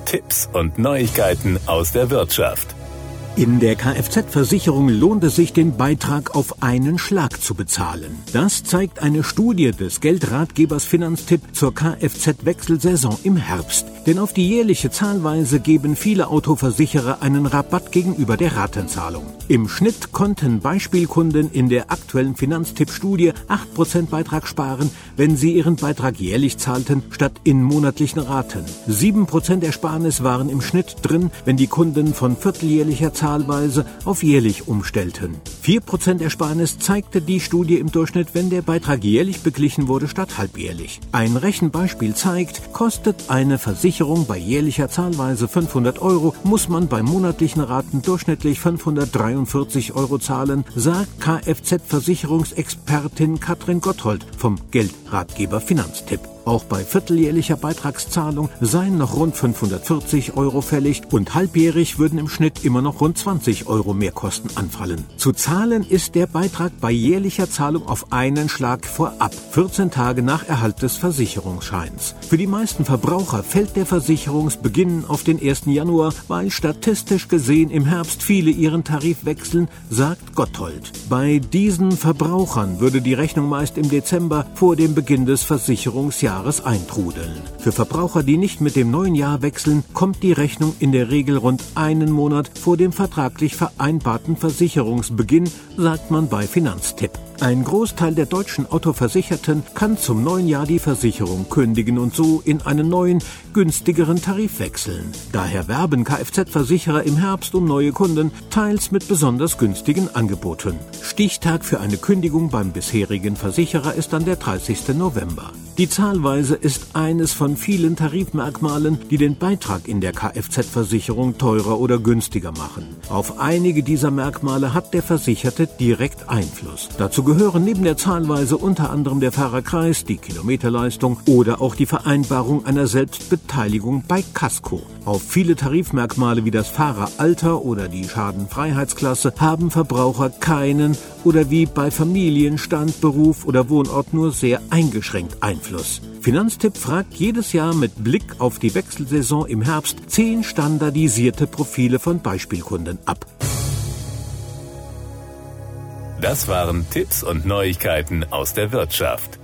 Tipps und Neuigkeiten aus der Wirtschaft. In der Kfz-Versicherung lohnt es sich, den Beitrag auf einen Schlag zu bezahlen. Das zeigt eine Studie des Geldratgebers Finanztipp zur Kfz-Wechselsaison im Herbst. Denn auf die jährliche Zahlweise geben viele Autoversicherer einen Rabatt gegenüber der Ratenzahlung. Im Schnitt konnten Beispielkunden in der aktuellen Finanztipp-Studie 8% Beitrag sparen, wenn sie ihren Beitrag jährlich zahlten, statt in monatlichen Raten. 7% Ersparnis waren im Schnitt drin, wenn die Kunden von vierteljährlicher Zahlweise auf jährlich umstellten. 4% Ersparnis zeigte die Studie im Durchschnitt, wenn der Beitrag jährlich beglichen wurde statt halbjährlich. Ein Rechenbeispiel zeigt, kostet eine Versicherung bei jährlicher Zahlweise 500 €, muss man bei monatlichen Raten durchschnittlich 543 € zahlen, sagt Kfz-Versicherungsexpertin Katrin Gotthold vom Geldratgeber Finanztipp. Auch bei vierteljährlicher Beitragszahlung seien noch rund 540 € fällig und halbjährig würden im Schnitt immer noch rund 20 € Mehrkosten anfallen. Zu zahlen ist der Beitrag bei jährlicher Zahlung auf einen Schlag vorab, 14 Tage nach Erhalt des Versicherungsscheins. Für die meisten Verbraucher fällt der Versicherungsbeginn auf den 1. Januar, weil statistisch gesehen im Herbst viele ihren Tarif wechseln, sagt Gotthold. Bei diesen Verbrauchern würde die Rechnung meist im Dezember vor dem Beginn des Versicherungsjahres eintrudeln. Für Verbraucher, die nicht mit dem neuen Jahr wechseln, kommt die Rechnung in der Regel rund einen Monat vor dem vertraglich vereinbarten Versicherungsbeginn, sagt man bei Finanztipp. Ein Großteil der deutschen Autoversicherten kann zum neuen Jahr die Versicherung kündigen und so in einen neuen, günstigeren Tarif wechseln. Daher werben Kfz-Versicherer im Herbst um neue Kunden, teils mit besonders günstigen Angeboten. Stichtag für eine Kündigung beim bisherigen Versicherer ist dann der 30. November. Die Zahlweise ist eines von vielen Tarifmerkmalen, die den Beitrag in der Kfz-Versicherung teurer oder günstiger machen. Auf einige dieser Merkmale hat der Versicherte direkt Einfluss. Dazu gehören neben der Zahlweise unter anderem der Fahrerkreis, die Kilometerleistung oder auch die Vereinbarung einer Selbstbeteiligung bei Kasko. Auf viele Tarifmerkmale wie das Fahreralter oder die Schadenfreiheitsklasse haben Verbraucher keinen oder wie bei Familienstand, Beruf oder Wohnort nur sehr eingeschränkt Einfluss. Finanztipp fragt jedes Jahr mit Blick auf die Wechselsaison im Herbst 10 standardisierte Profile von Beispielkunden ab. Das waren Tipps und Neuigkeiten aus der Wirtschaft.